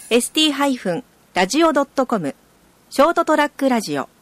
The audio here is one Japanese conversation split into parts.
st-radio.com ショートトラックラジオ。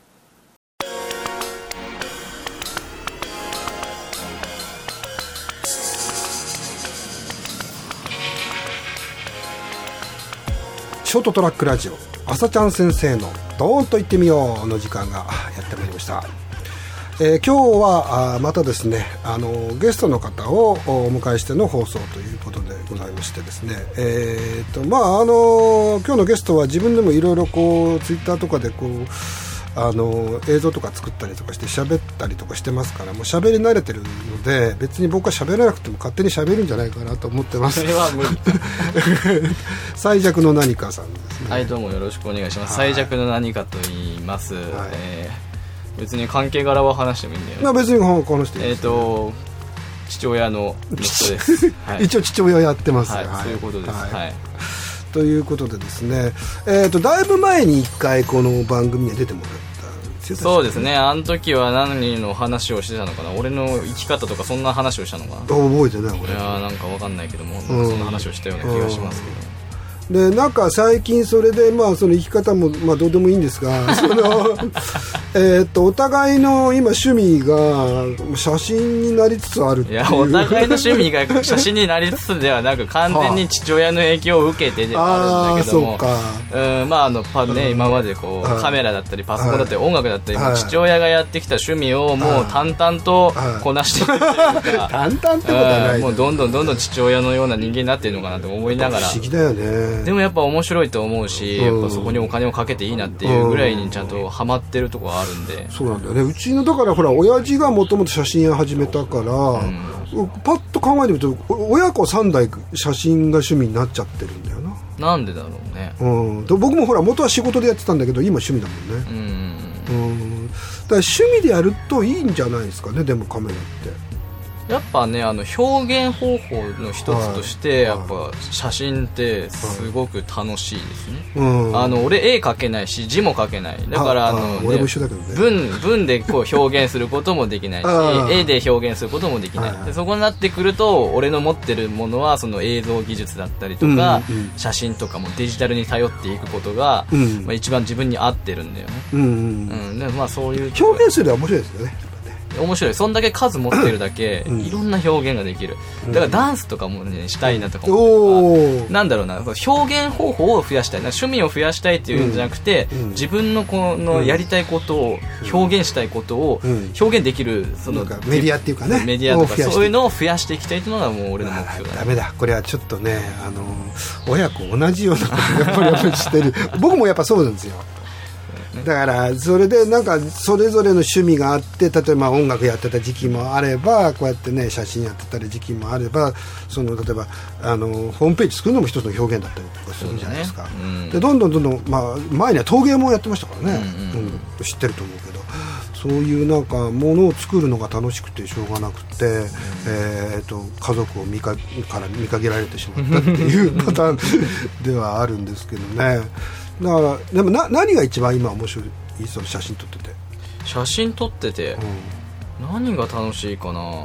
ショートトラックラジオ、朝ちゃん先生のドーンと言ってみようの時間がやってまいりました。今日はまたですね、ゲストの方をお迎えしての放送ということでございましてですね、今日のゲストは自分でもいろいろこうツイッターとかでこう映像とか作ったりとかして喋ったりとかしてますから、もう喋り慣れてるので別に僕は喋らなくても勝手に喋るんじゃないかなと思ってます。 それは無理最弱の何かさんですね。 はい、どうもよろしくお願いします。最弱の何かと言います、 はい、 別に関係柄は話してもいいんだよね。 まあ別に話していいです、ね、 父親の息子です、 はい、一応父親やってます、 はいはい、そういうことです、はいはい、 ということでですね、だいぶ前に1回この番組に出てもらったんですよ。 そうですね、あの時は何の話をしてたのかな、俺の生き方とかそんな話をしたのかな。 覚えてない俺。 いやなんか分かんないけども、そんな話をしたような気がしますけど、 でなんか最近それでまあその生き方もまあどうでもいいんですがお互いの今趣味が写真になりつつあるっていう。 いやお互いの趣味が写真になりつつではなく完全に父親の影響を受けてではあるんだけども、今までこうカメラだったりパソコンだったり音楽だったり、父親がやってきた趣味をもう淡々とこなしていくというか淡々ってことはない、 もうどんどん父親のような人間になっているのかなと思いながら。 不思議だよね。 でもやっぱ面白いと思うし、やっぱそこにお金をかけていいなっていうぐらいにちゃんとハマってるところがあるんで。 そうなんだよね。うちのだからほら親父がもともと写真屋始めたから、パッと考えてみると親子3代写真が趣味になっちゃってるんだよな。 なんでだろうね。 僕もほら元は仕事でやってたんだけど今趣味だもんね。だから趣味でやるといいんじゃないですかね。でもカメラってやっぱね、表現方法の一つとして、やっぱ写真ってすごく楽しいですね。俺絵描けないし字も描けない。だから俺も一緒だけどね。 文でこう表現することもできないし絵で表現することもできない。でそこになってくると俺の持ってるものはその映像技術だったりとか、写真とかもデジタルに頼っていくことが、一番自分に合ってるんだよね。でまあそういう表現するのは面白いですよね。 面白い。そんだけ数持ってるだけ、いろんな表現ができる。だからダンスとかもねしたいなとか思ってる。なんだろうな、表現方法を増やしたい。趣味を増やしたいっていうんじゃなくて、自分のこのやりたいことを表現したいことを表現できるそのメディアっていうかね。 メディアとかそういうのを増やしていきたいというのがもう俺の目標だ。 ダメだ。これはちょっとね、親子同じようなことやっぱりしてる。僕もやっぱそうなんですよ。だからそれでなんかそれぞれの趣味があって、例えば音楽やってた時期もあればこうやってね写真やってた時期もあれば、例えばホームページ作るのも一つの表現だったりとかするじゃないですか。でどんどん、前には陶芸もやってましたからね、知ってると思うけど、そういうなんかものを作るのが楽しくてしょうがなくて、家族をから見限られてしまったっていうパターンではあるんですけどね。だからでも何が一番今面白い？その写真撮ってて、 何が楽しいかな。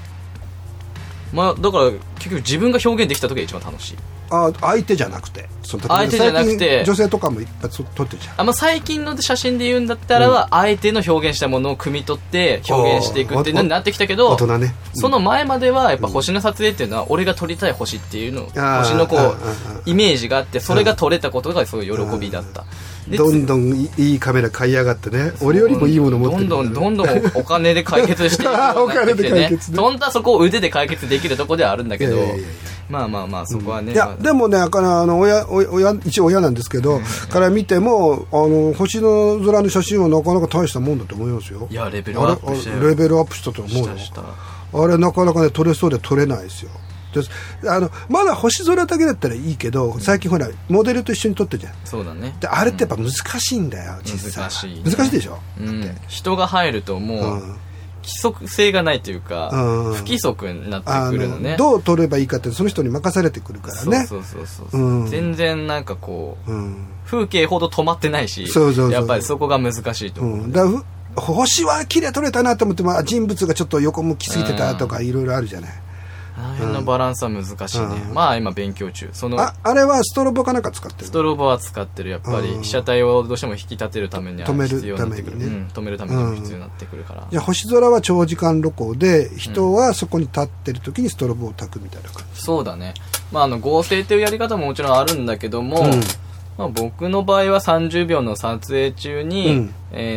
だから結局自分が表現できた時が一番楽しい。 相手じゃなくて、 相手じゃなくて女性とかもいっぱい撮ってるじゃん。 最近の写真で言うんだったらは、相手の表現したものを汲み取って表現していくっていうのになってきたけど、 大人ね。 その前まではやっぱ星の撮影っていうのは俺が撮りたい星っていうの、星のこうイメージがあって、それが撮れたことがすごい喜びだった。 どんどんいいカメラ買いやがってね、俺よりもいいもの持ってる、 どんどんお金で解決していくようになってきてね。本当はそこを腕で解決できるとこではあるんだけど、まあそこはね。 いやでもね、一応親なんですけど、から見ても星の空の写真はなかなか大したもんだと思いますよ。 いやレベルアップしたよ。 レベルアップしたと思うよ。あれなかなかね撮れそうで撮れないですよ。まだ星空だけだったらいいけど、最近ほらモデルと一緒に撮ってるじゃん。 そうだね。 であれってやっぱ難しいんだよ、実際。難しいでしょ。 人が入るともう規則性がないというか、不規則になってくるのね。 どう撮ればいいかってその人に任されてくるからね。 そう全然なんかこう、風景ほど止まってないし、やっぱりそこが難しいと思う。 だ星は綺麗撮れたなと思っても、人物がちょっと横向きすぎてたとかいろいろあるじゃない。 あの辺のバランスは難しいね。まあ今勉強中。 あれはストロボかなんか使ってる？ ストロボは使ってる。やっぱり被写体をどうしても引き立てるためには必要になってくる。止めるためにも必要になってくるから。 じゃあ星空は長時間露光で、人はそこに立ってる時にストロボを焚くみたいな感じ。 そうだね。まあ合成っていうやり方ももちろんあるんだけども、まあ僕の場合は30秒の撮影中に、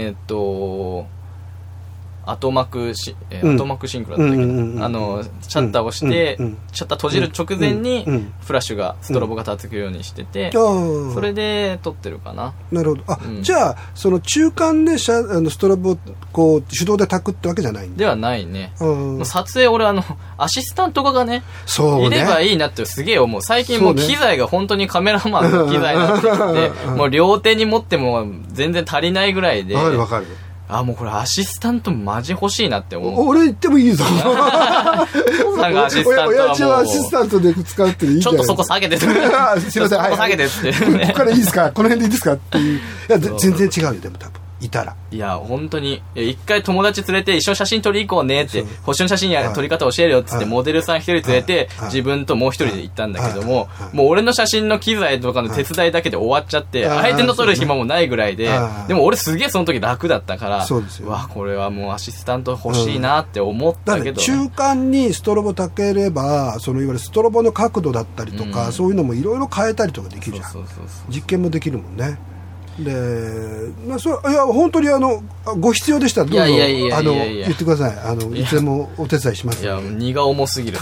後幕シンクロだったけど、シャッターをして、シャッター閉じる直前にフラッシュがストロボが立つようにしてて、それで撮ってるかな。 なるほど。じゃあその中間でストロボをこう手動で焚くってわけじゃないんではないね。撮影俺アシスタントがねいればいいなってすげえ思う。最近もう機材が本当にカメラマンの機材になってきて、もう両手に持っても全然足りないぐらいで。 わかる。 もうこれアシスタントマジ欲しいなって思う。 俺言ってもいいぞ。 父さんがアシスタントはもう親父はアシスタントで使うっていいんじゃない？ ちょっとそこ下げてすいません、そこ下げてってここからいいですか、この辺でいいですかっていう。いや全然違うよ。でも多分いたら、 いや本当に一回友達連れて一緒に写真撮り行こうねって、星の写真撮り方教えるよっつってモデルさん一人連れて自分ともう一人で行ったんだけども、もう俺の写真の機材とかの手伝いだけで終わっちゃって、相手の撮る暇もないぐらいで、でも俺すげえその時楽だったから、うわこれはもうアシスタント欲しいなって思ったけど、 中間にストロボ焚ければ、そのいわゆるストロボの角度だったりとか、そういうのもいろいろ変えたりとかできるじゃん。実験もできるもんね。で、いや本当にご必要でしたらどうぞ言ってください。いつでもお手伝いします。 いや荷が重すぎる。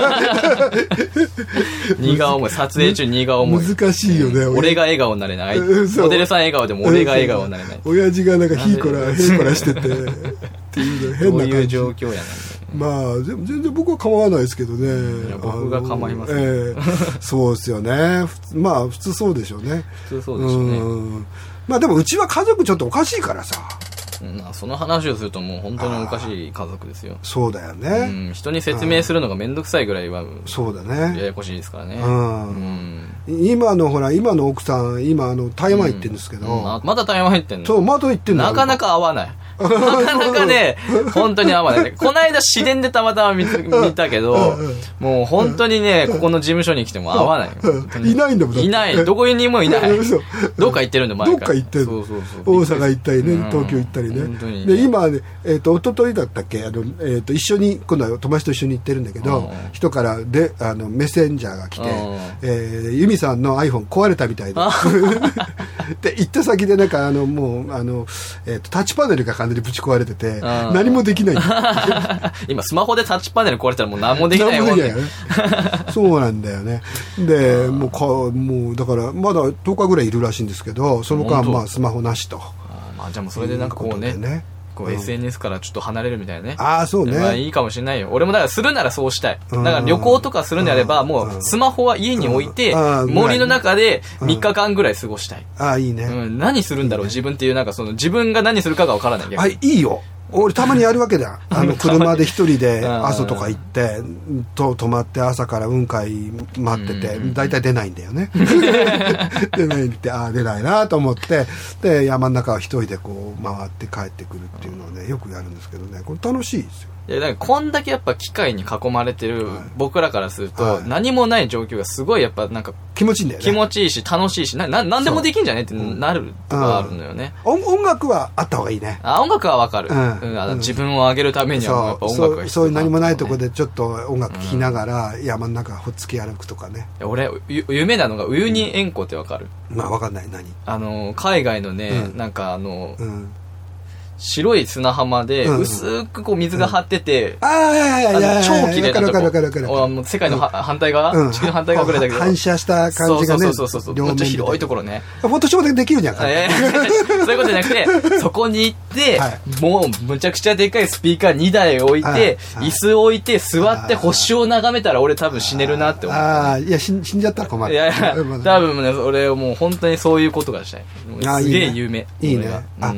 荷が重い。撮影中荷が重い。 難しいよね。 俺が笑顔になれない。モデルさん笑顔でも俺が笑顔になれない。 親父がなんかヒーコラしててっていう変な感じ。 そういう状況やな。 まあ全然僕は構わないですけどね。 いや僕が構いますね。 そうですよね。まあ普通そうでしょうね。 普通そうでしょうね。 まあでもうちは家族ちょっとおかしいからさ。 その話をするともう本当におかしい家族ですよ。 そうだよね。 人に説明するのがめんどくさいぐらいはそうだね。 ややこしいですからね。 今の奥さん台湾行ってるんですけど、 まだ台湾行ってんの？ そうまだ行ってんの。 なかなか合わない。なかなかね、本当に合わない。この間市電でたまたま見たけど、もう本当にね、ここの事務所に来ても合わない。 いないんだもん。 いない。どこにもいない。どっか行ってるんだ、毎回。 どっか行ってる。大阪行ったりね、東京行ったりね。で、今ね、一昨日だったっけ、一緒に、今度は友達と一緒に行ってるんだけど、人からメッセンジャーが来て、ユミさんの iPhone 壊れたみたいで。で、行った先でなんか、もう、タッチパネルが完全にぶち壊れてて、何もできない。 今、スマホでタッチパネル壊れたらもう何もできないもんね。 そうなんだよね。で、もう、だから、まだ10日ぐらいいるらしいんですけど、その間、まあ、スマホなしと。 じゃあもうそれでなんかこうね。SNS からちょっと離れるみたいなね。 そうね。 まあいいかもしれないよ。俺もだからするならそうしたい。だから旅行とかするんであれば、もうスマホは家に置いて、森の中で3日間ぐらい過ごしたい。 いいね。 何するんだろう自分っていう、なんか自分が何するかがわからない。 いいよ。俺たまにやるわけだ。車で一人で阿蘇とか行って泊まって朝から雲海待ってて、大体出ないんだよね。出ないって出ないなと思って、で山の中を一人でこう回って帰ってくるっていうのをねよくやるんですけどね、これ楽しいですよ。 なんかこんだけやっぱ機械に囲まれてる僕らからすると、何もない状況がすごいやっぱなんか気持ちいいんだよね。 気持ちいいし楽しいし、なんでもできんじゃねってなるとかあるのよね。 音楽はあった方がいいね。 音楽はわかる。自分を上げるためにはやっぱ音楽が必要。 そういう何もないところでちょっと音楽聴きながら山の中ほっつき歩くとかね。 俺夢なのがウユニ塩湖ってわかる？ まあわかんない。何？ 海外のね、なんか白い砂浜で薄くこう水が張ってて、超綺麗なとこ、世界の反対側、地球の反対側ぐらいだけど反射した感じがね、 そうもっと広いところね。 フォトショーできるじゃん。そういうことじゃなくて、そこに行ってもうむちゃくちゃでかいスピーカー2台置いて、椅子置いて座って星を眺めたら俺多分死ねるなって思う。 いや死んじゃったら困る。 いや多分ね、俺もう本当にそういうことがしたい。すげえ有名。 いいね。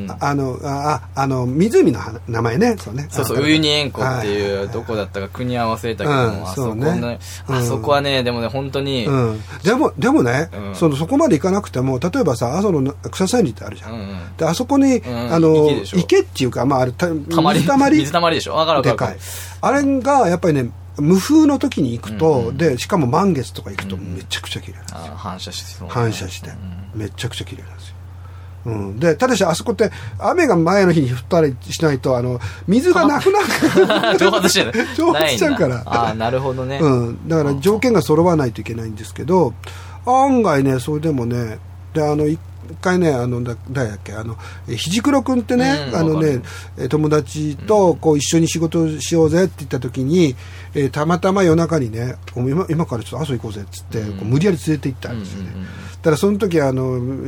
湖の名前ね。 そうウユニ塩湖っていうどこだったか国は忘れたけども、あそこはね、でもね本当にでもね、そこまで行かなくても、例えばさ、阿蘇の草千里ってあるじゃん。であそこに池っていうか、まああれ水たまりでしょ。わかる。 あれがやっぱりね、 無風の時に行くと、でしかも満月とか行くとめちゃくちゃ綺麗なんですよ。 反射してそう、 反射して、めちゃくちゃ綺麗なんですよ。でただしあそこって雨が前の日に降ったりしないと水がなくなる蒸発してる蒸発しちゃうからなるほどね、 だから条件が揃わないといけないんですけど、案外ねそれでもねで一回ね誰だっけひじくろくんってね友達とこう一緒に仕事しようぜって言った時に、たまたま夜中にね今からちょっと阿蘇行こうぜっつって、こう無理やり連れて行ったんですよね。ただその時なん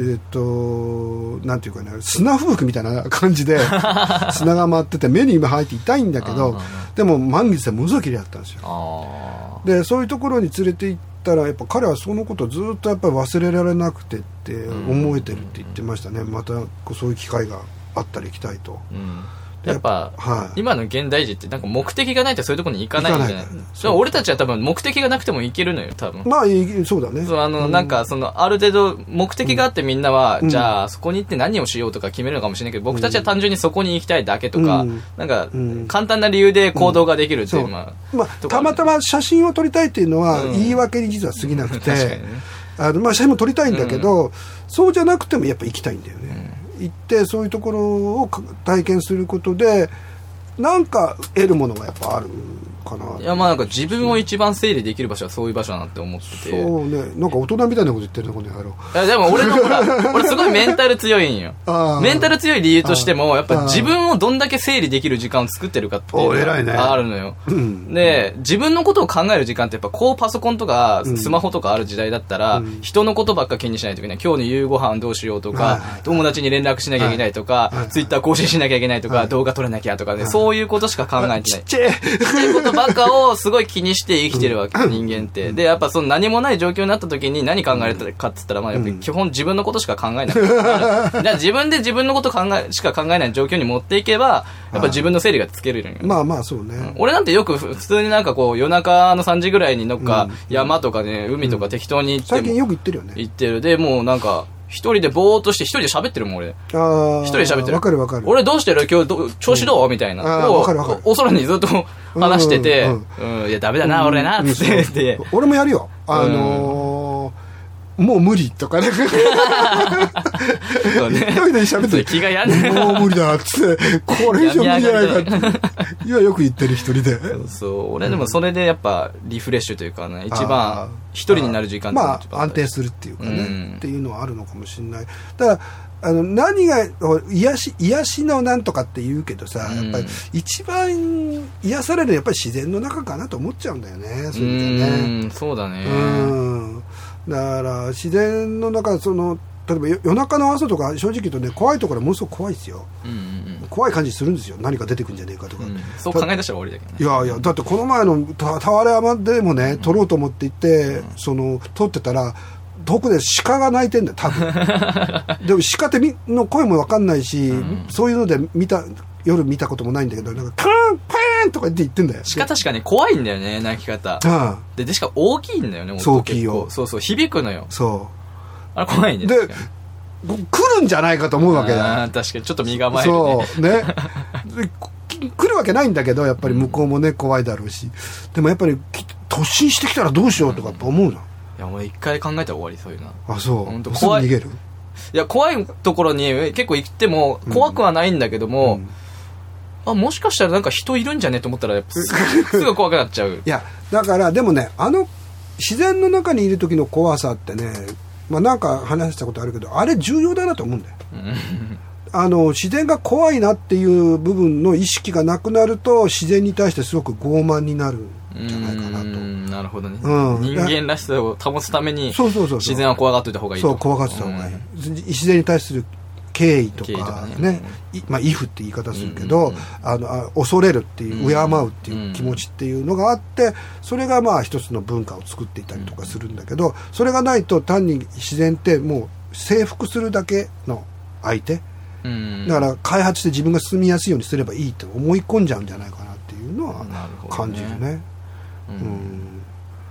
ていうかね砂吹雪みたいな感じで砂が舞ってて目に今入って痛いんだけどでも満月でものすごい綺麗だったんですよ。でそういうところに連れて行ったらやっぱ彼はそのことをずっとやっぱり忘れられなくてって思えてるって言ってましたね。またそういう機会があったら行きたいと、 やっぱ、今の現代人ってなんか目的がないとそういうところに行かないんじゃない。俺たちは多分目的がなくても行けるのよ多分。 まあそうだね。 なんかある程度目的があってみんなは、じゃあそこに行って何をしようとか決めるのかもしれないけど、僕たちは単純にそこに行きたいだけとか、なんか簡単な理由で行動ができるっていう、 たまたま写真を撮りたいっていうのは言い訳に実は過ぎなくて、 確かにね、 写真も撮りたいんだけど、そうじゃなくてもやっぱ行きたいんだよね。行ってそういうところを体験することでなんか得るものがやっぱあるかな。 いやなんか自分を一番整理できる場所はそういう場所だなって思ってて。 そうね、なんか大人みたいなこと言ってるねこの野郎。 いやでも俺すごいメンタル強いんよ。メンタル強い理由としてもやっぱ自分をどんだけ整理できる時間を作ってるかっていうのがあるのよ。で自分のことを考える時間ってやっぱこうパソコンとかスマホとかある時代だったら、人のことばっか気にしないといけない。今日の夕ご飯どうしようとか、友達に連絡しなきゃいけないとか、ツイッター更新しなきゃいけないとか、動画撮らなきゃとかね、そういうことしか考えてない。ちっちゃいことばっかをすごい気にして生きてるわけ、人間って。でやっぱその何もない状況になった時に何考えるかって言ったら、やっぱり基本自分のことしか考えない。自分で自分のことしか考えない状況に持っていけばやっぱ自分の整理がつけるよ。 そうね。俺なんてよく普通になんかこう夜中の3時ぐらいになんか山とかね海とか適当に行って最近よく行ってるよね。 行ってる。でもうなんか一人でぼーっとして一人で喋ってるもん俺。一人で喋ってる。 わかるわかる。 俺どうしてる今日調子どうみたいな。 わかるわかる。 お空にずっと話してて、いやダメだな俺なって俺もやるよ。もう無理とかね。 そうね。 一人で喋って気がやんね。 もう無理だっつって、これ以上無理じゃないかって。今よく言ってる一人で。 俺でもそれでやっぱリフレッシュというかね、一番一人になる時間って安定するっていうかね、っていうのはあるのかもしれない。だから何が癒しのなんとかって言うけどさ、やっぱり一番癒されるのはやっぱり自然の中かなと思っちゃうんだよね。そういう意味でね。 そうだね。 だから自然の中例えば夜中の朝とか正直言うとね怖いところはものすごく怖いですよ。怖い感じするんですよ。何か出てくるんじゃねえかとか、 そう考え出したら終わりだけどね。 いやだってこの前の俵山でもね撮ろうと思って行って、撮ってたら遠くで鹿が鳴いてんだよ多分。でも鹿っての声も分かんないし、そういうので夜見たこともないんだけど、なんかカーンパーンとか言ってんだよ。 鹿確かに怖いんだよね、鳴き方。でしかも大きいんだよね。 大きいよ。 そう響くのよ。 そうあれ怖いね。 で来るんじゃないかと思うわけだ。 確かにちょっと身構えるね。 そうね。来るわけないんだけどやっぱり向こうもね怖いだろうし、でもやっぱり突進してきたらどうしようとかやっぱ思うの。 いやもう一回考えたら終わり。そういうの。 そう。 本当怖い。すぐ逃げる。 いや怖いところに結構行っても怖くはないんだけども。もしかしたらなんか人いるんじゃねと思ったらすぐ怖くなっちゃう。 いやだからでもね自然の中にいる時の怖さってね、なんか話したことあるけどあれ重要だなと思うんだよ。自然が怖いなっていう部分の意識がなくなると自然に対してすごく傲慢になるんじゃないかなと。 なるほどね。人間らしさを保つために自然は怖がっておいた方がいいと。 そう怖がってた方がいい。自然に対する敬意とかね、畏怖って言い方するけど、恐れるっていう敬うっていう気持ちっていうのがあって、それが一つの文化を作っていたりとかするんだけど、それがないと単に自然ってもう征服するだけの相手だから開発して自分が住みやすいようにすればいいって思い込んじゃうんじゃないかなっていうのは感じるね。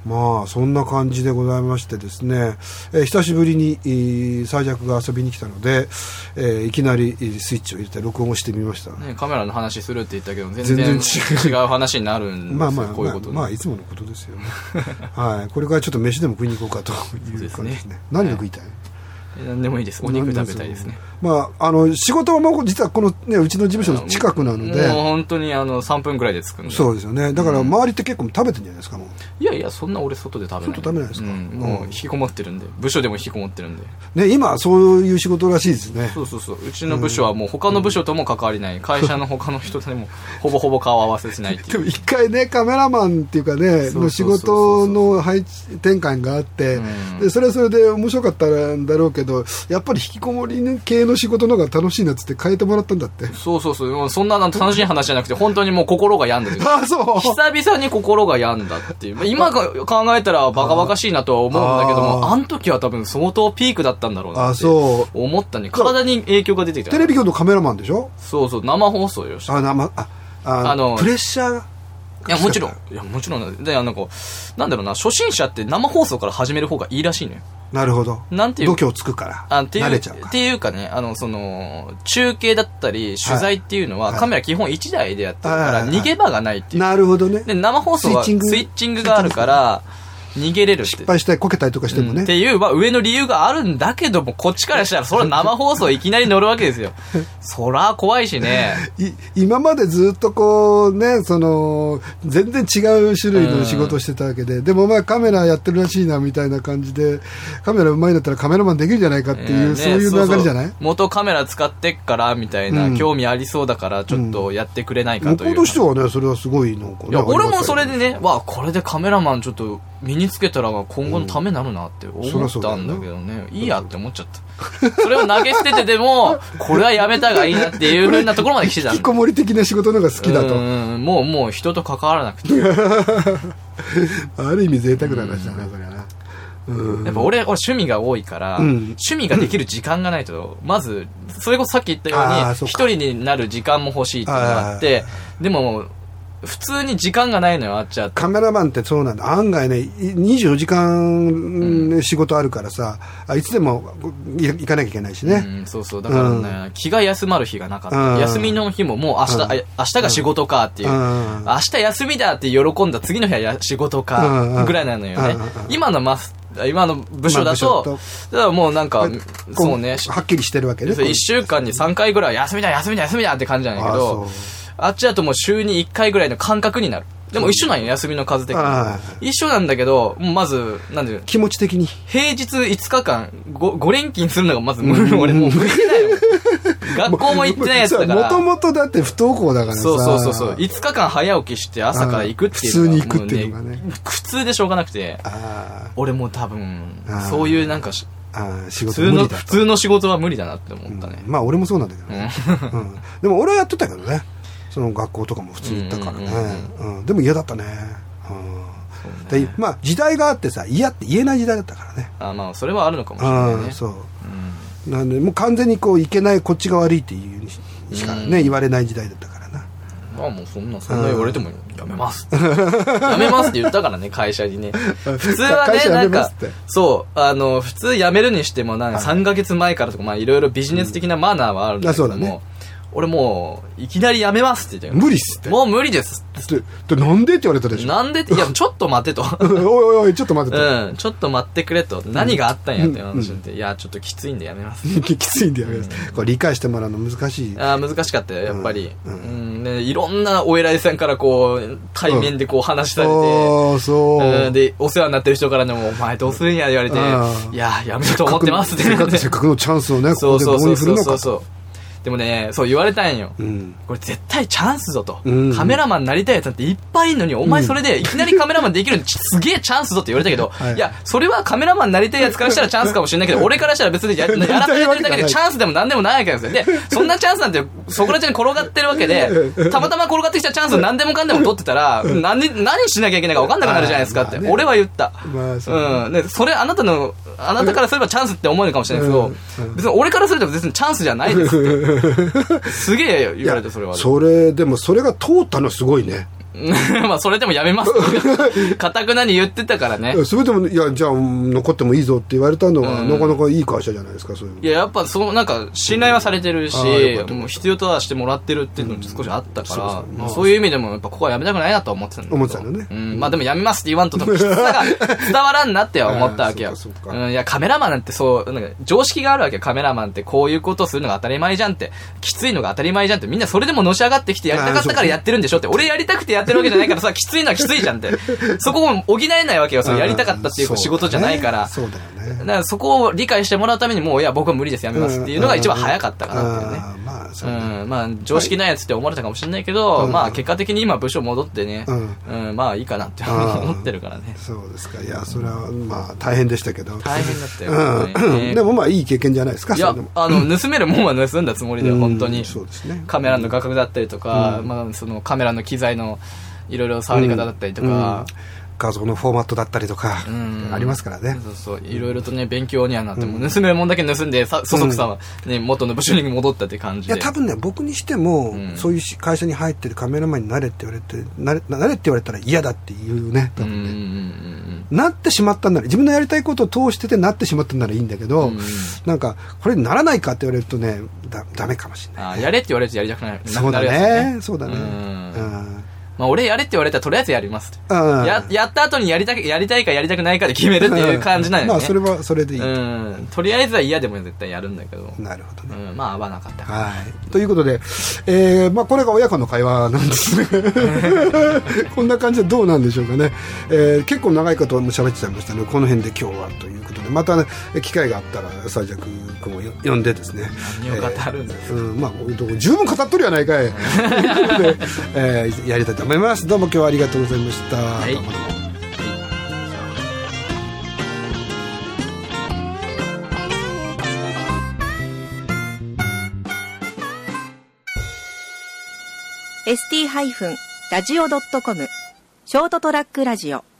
まあそんな感じでございましてですね、久しぶりに最弱が遊びに来たので、いきなりスイッチを入れて録音をしてみました、 ね、カメラの話するって言ったけど全然違う話になるんですよ。 まあまあこういうことまあいつものことですよねはい、これからちょっと飯でも食いに行こうかという感じですね。何が食いたい？ 何でもいいです。お肉食べたいですね。 まあ、仕事も実はこの、ね、うちの事務所の近くなので、 もう本当に3分くらいで着くんで。 そうですよね。だから周りって結構食べてるんじゃないですか。もういやいや、そんな俺外で食べない。 外食べないですか。 もう引きこもってるんで、部署でも引きこもってるんでね、今そういう仕事らしいですね。 そうそうそう。うちの部署はもう他の部署とも関わりない、会社の他の人ともほぼほぼ顔合わせしないっていう。 でも一回ね、カメラマンっていうかねの仕事の配置転換があって、でそれはそれで面白かったんだろうけど、やっぱり引きこもり系の仕事の方が楽しいなっつって変えてもらったんだって。 そうそうそう。そんな楽しい話じゃなくて本当にもう心が病んでる。 あ、そう。 久々に心が病んだっていう。今考えたらバカバカしいなとは思うんだけども、あの時は多分相当ピークだったんだろうなって思ったね。体に影響が出てきた。 テレビ局のカメラマンでしょ。 そうそう、生放送よ。 プレッシャー。 いや、もちろん。いや、もちろん。で、なんだろうな、初心者って生放送から始める方がいいらしいのよ。 なるほど。 なんていう。 度胸つくから。慣れちゃうから。 っていうかね、中継だったり、取材っていうのは、カメラ基本1台でやってるから、逃げ場がないっていう。 なるほどね。 で、生放送はスイッチングがあるから、逃げれるって。 失敗したりこけたりとかしてもね。 っていう、上の理由があるんだけども、こっちからしたら、それは生放送いきなり乗るわけですよ。そら怖いしね。 今までずっとこうね、全然違う種類の仕事をしてたわけで、でもまあカメラやってるらしいなみたいな感じで、カメラ上手いんだったらカメラマンできるんじゃないかっていう、そういう流れじゃない？ 元カメラ使ってっからみたいな、興味ありそうだからちょっとやってくれないかという。 向こうとしてはね、それはすごいなんかね。 いや、俺もそれでね、これでカメラマンちょっと身につけたら今後のためになるなって思ったんだけどね、いいやって思っちゃった。それを投げ捨ててでも、これはやめた方がいいなっていう風なところまで来てたんだ。 引きこもり的な仕事の方が好きだと。 もう人と関わらなくて。 ある意味贅沢な話だな、それはな。 やっぱ俺趣味が多いから、趣味ができる時間がないと、まず、それこそさっき言ったように、一人になる時間も欲しいっていうのがあって、でも、普通に時間がないのよ、あっちゃって。カメラマンってそうなんだ。案外ね、24時間仕事あるからさ、いつでも行かなきゃいけないしね。 そうそう。だからね、気が休まる日がなかった。休みの日ももう明日が仕事かっていう。明日休みだって喜んだ次の日は仕事かぐらいなのよね。今の部署だと、だからもうなんか、そうね。 はっきりしてるわけね。 1週間に3回ぐらい休みだって感じなんだけど、あっちだともう週に1回ぐらいの感覚になる。でも一緒なんよ、休みの数的に。一緒なんだけど、まず、なんで気持ち的に。 平日5日間、5連勤するのがまず俺もう無理だよ。学校も行ってないやつだから。 もともとだって不登校だからさ。 そう。5日間早起きして朝から行くっていうのが。普通に行くっていうのがね。 苦痛でしょうがなくて。俺も多分、そういうなんか、 仕事無理だと。 普通の仕事は無理だなって思ったね。 まあ俺もそうなんだけどね。でも俺はやってたけどね。その学校とかも普通行ったからね。でも嫌だったね。でまあ時代があってさ、嫌って言えない時代だったからね。 まあそれはあるのかもしれないね。 そう。なんでもう完全にこういけない、こっちが悪いっていうしかね言われない時代だったからな。 まあもうそんな言われてもやめます。やめますって言ったからね、会社にね。普通はね、なんか、そう、普通辞めるにしてもなんか3ヶ月前からとか、まあいろいろビジネス的なマナーはあるんだけども、俺もう、いきなりやめますって言って無理っすって。 もう無理ですって。なんでって言われたでしょ。 なんでって、いや、ちょっと待てと。 おい、ちょっと待てと。ちょっと待ってくれと。何があったんやって話で、いや、ちょっときついんでやめます。 きついんでやめます。これ理解してもらうの難しい。 難しかったよ、やっぱり。いろんなお偉いさんからこう、対面でこう話されて、で、お世話になってる人からでも、お前どうするんや言われて、いや、やめようと思ってますって。 せっかくのチャンスをね、ここでどうに振るのかと。 でもね、そう言われたんよ。これ絶対チャンスぞと。カメラマンになりたいやつなんていっぱいいるのに、お前それでいきなりカメラマンできるのすげえチャンスぞって言われたけど、いや、それはカメラマンになりたいやつからしたらチャンスかもしれないけど、俺からしたら別にやらされてるだけでチャンスでも何でもないわけですよ。で、そんなチャンスなんてそこら中に転がってるわけで、たまたま転がってきたチャンスを何でもかんでも取ってたら、何しなきゃいけないか分かんなくなるじゃないですかって。俺は言った。それあなたからすればチャンスって思うのかもしれないですけど、別に俺からすれば別にチャンスじゃないですって。すげえ言われて、それは。 でもそれが通ったのすごいね。 まあそれでもやめますかたくなに言ってたからね。 それでもいやじゃあ残ってもいいぞって言われたのは、なかなかいい会社じゃないですか。そういう。 いややっぱそうなんか信頼はされてるし、もう必要とはしてもらってるっていうのも少しあったから、そういう意味でもやっぱここはやめたくないなとは思ってたんだけど。 思ってたのね。 まあでもやめますって言わんときつさが伝わらんなっては思ったわけよ。いやカメラマンなんてそうなんか常識があるわけよ。カメラマンってこういうことをするのが当たり前じゃんって、きついのが当たり前じゃんって、みんなそれでものし上がってきてやりたかったからやってるんでしょって、俺やりたくてやってるわけじゃないからさ、きついのはきついじゃんって、そこを補えないわけよ。そのやりたかったっていう仕事じゃないから。 そうだよね。 だからそこを理解してもらうためにもういや僕は無理ですやめますっていうのが一番早かったかなっていうね。まあ常識ないやつって思われたかもしれないけど、まあ結果的に今部署戻ってね、まあいいかなって思ってるからね。 そうですか。いやそれはまあ大変でしたけど。 大変だったよ。 でもまあいい経験じゃないですか。 いや盗めるもんは盗んだつもりで本当に。 そうですね。 カメラの画角だったりとか、まあそのカメラの機材のいろいろ触り方だったりとか。 画像のフォーマットだったりとかありますからね。 そういろいろとね勉強にはなっても、盗めるもんだけ盗んでそそくさはね元の部署に戻ったって感じで。 いや多分ね僕にしても、そういう会社に入ってるカメラマンになれって言われてなれって言われたら嫌だっていうね多分ね。なってしまったんなら自分のやりたいことを通しててなってしまったんならいいんだけど、なんかこれにならないかって言われるとねダメかもしれない。 やれって言われるとやりたくない。 そうだね。そうだね。 まあ俺やれって言われたらとりあえずやりますって。やった後にやりたいかやりたくないかで決めるっていう感じなんよね。 まあそれはそれでいい。 とりあえずは嫌でも絶対やるんだけど。 なるほどね。 まあ合わなかったから。 はい。ということで、まあこれが親子の会話なんですね。こんな感じでどうなんでしょうかね。結構長いことも喋ってちゃいましたね。この辺で今日はということで、またね機会があったら西尺君を呼んでですね。 何を語るんですか。 まあ十分語っとるやないかい。やりたいと思います。どうも今日はありがとうございました。はい、どうもどうも。 ST-radio.com ショートトラックラジオ